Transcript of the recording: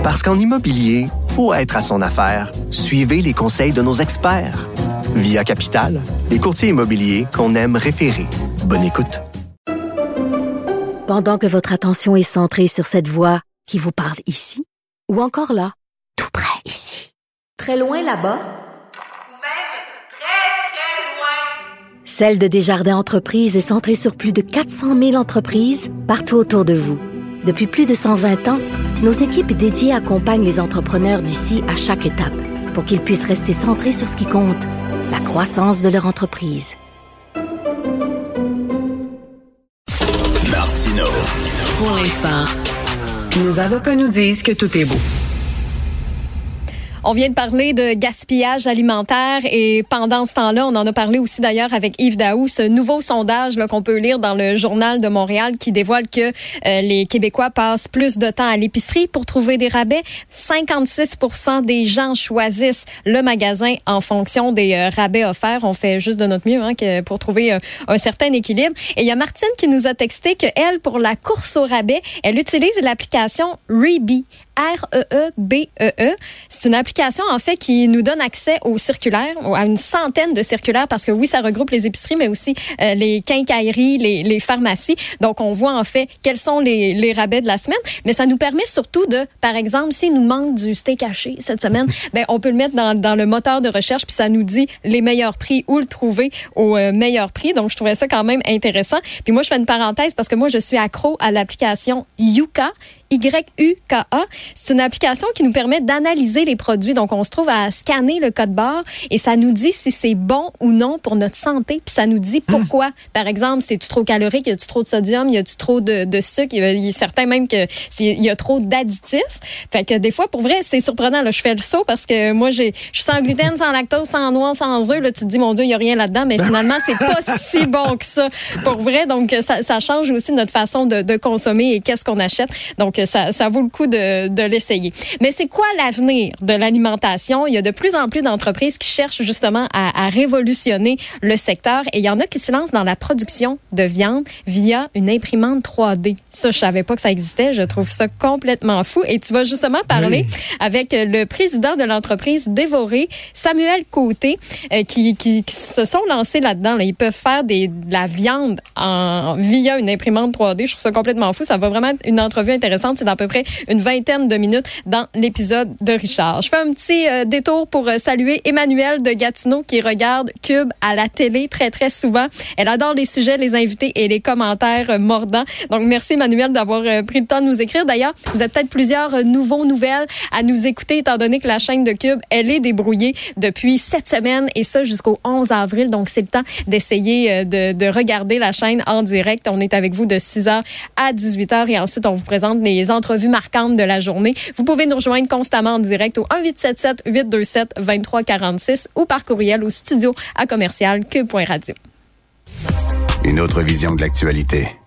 Parce qu'en immobilier, faut être à son affaire. Suivez les conseils de nos experts. Via Capital, les courtiers immobiliers qu'on aime référer. Bonne écoute. Pendant que votre attention est centrée sur cette voix qui vous parle ici, ou encore là, tout près ici, très loin là-bas, ou même très, très loin. Celle de Desjardins Entreprises est centrée sur plus de 400 000 entreprises partout autour de vous. Depuis plus de 120 ans, nos équipes dédiées accompagnent les entrepreneurs d'ici à chaque étape pour qu'ils puissent rester centrés sur ce qui compte, la croissance de leur entreprise. Martino. Pour l'instant, nos avocats nous disent que tout est beau. On vient de parler de gaspillage alimentaire et pendant ce temps-là, on en a parlé aussi d'ailleurs avec Yves Daou, ce nouveau sondage là, qu'on peut lire dans le Journal de Montréal qui dévoile que les Québécois passent plus de temps à l'épicerie pour trouver des rabais. 56% des gens choisissent le magasin en fonction des rabais offerts. On fait juste de notre mieux pour trouver un certain équilibre. Et il y a Martine qui nous a texté qu'elle, pour la course au rabais, elle utilise l'application Reebee. R-E-E-B-E-E. C'est une application, en fait, qui nous donne accès aux circulaires, à une centaine de circulaires, parce que oui, ça regroupe les épiceries, mais aussi les quincailleries, les pharmacies. Donc, on voit, en fait, quels sont les rabais de la semaine. Mais ça nous permet surtout de, par exemple, s'il nous manque du steak haché cette semaine, ben, on peut le mettre dans le moteur de recherche, puis ça nous dit les meilleurs prix, où le trouver au meilleur prix. Donc, je trouvais ça quand même intéressant. Puis moi, je fais une parenthèse parce que moi, je suis accro à l'application Yuka. Y-U-K-A. C'est une application qui nous permet d'analyser les produits. Donc, on se trouve à scanner le code barre et ça nous dit si c'est bon ou non pour notre santé. Puis ça nous dit pourquoi. Par exemple, c'est-tu trop calorique? Y a-tu trop de sodium? Y a-tu trop de sucre? Il y a certains même qu'il y a trop d'additifs. Fait que des fois, pour vrai, c'est surprenant. Là, je fais le saut parce que moi, je suis sans gluten, sans lactose, sans noix, sans œufs. Là, tu te dis, mon Dieu, il n'y a rien là-dedans. Mais finalement, c'est pas si bon que ça. Pour vrai, donc, ça change aussi notre façon de consommer et qu'est-ce qu'on achète. Donc, ça vaut le coup de l'essayer. Mais c'est quoi l'avenir de l'alimentation? Il y a de plus en plus d'entreprises qui cherchent justement à révolutionner le secteur et il y en a qui se lancent dans la production de viande via une imprimante 3D. Ça, je savais pas que ça existait. Je trouve ça complètement fou. Et tu vas justement parler avec le président de l'entreprise Dévoré, Samuel Côté, qui se sont lancés là-dedans. Là. Ils peuvent faire de la viande via une imprimante 3D. Je trouve ça complètement fou. Ça va vraiment être une entrevue intéressante. C'est d'à peu près une vingtaine de minutes dans l'épisode de Richard. Je fais un petit détour pour saluer Emmanuelle de Gatineau qui regarde Cube à la télé très, très souvent. Elle adore les sujets, les invités et les commentaires mordants. Donc, merci Emmanuelle d'avoir pris le temps de nous écrire. D'ailleurs, vous avez peut-être plusieurs nouvelles à nous écouter étant donné que la chaîne de Cube, elle est débrouillée depuis cette semaine et ça jusqu'au 11 avril. Donc, c'est le temps d'essayer de regarder la chaîne en direct. On est avec vous de 6h à 18h et ensuite, on vous présente les entrevues marquantes de la journée. Vous pouvez nous rejoindre constamment en direct au 1-877-827-2346 ou par courriel au studio@commercial cube.radio. Une autre vision de l'actualité.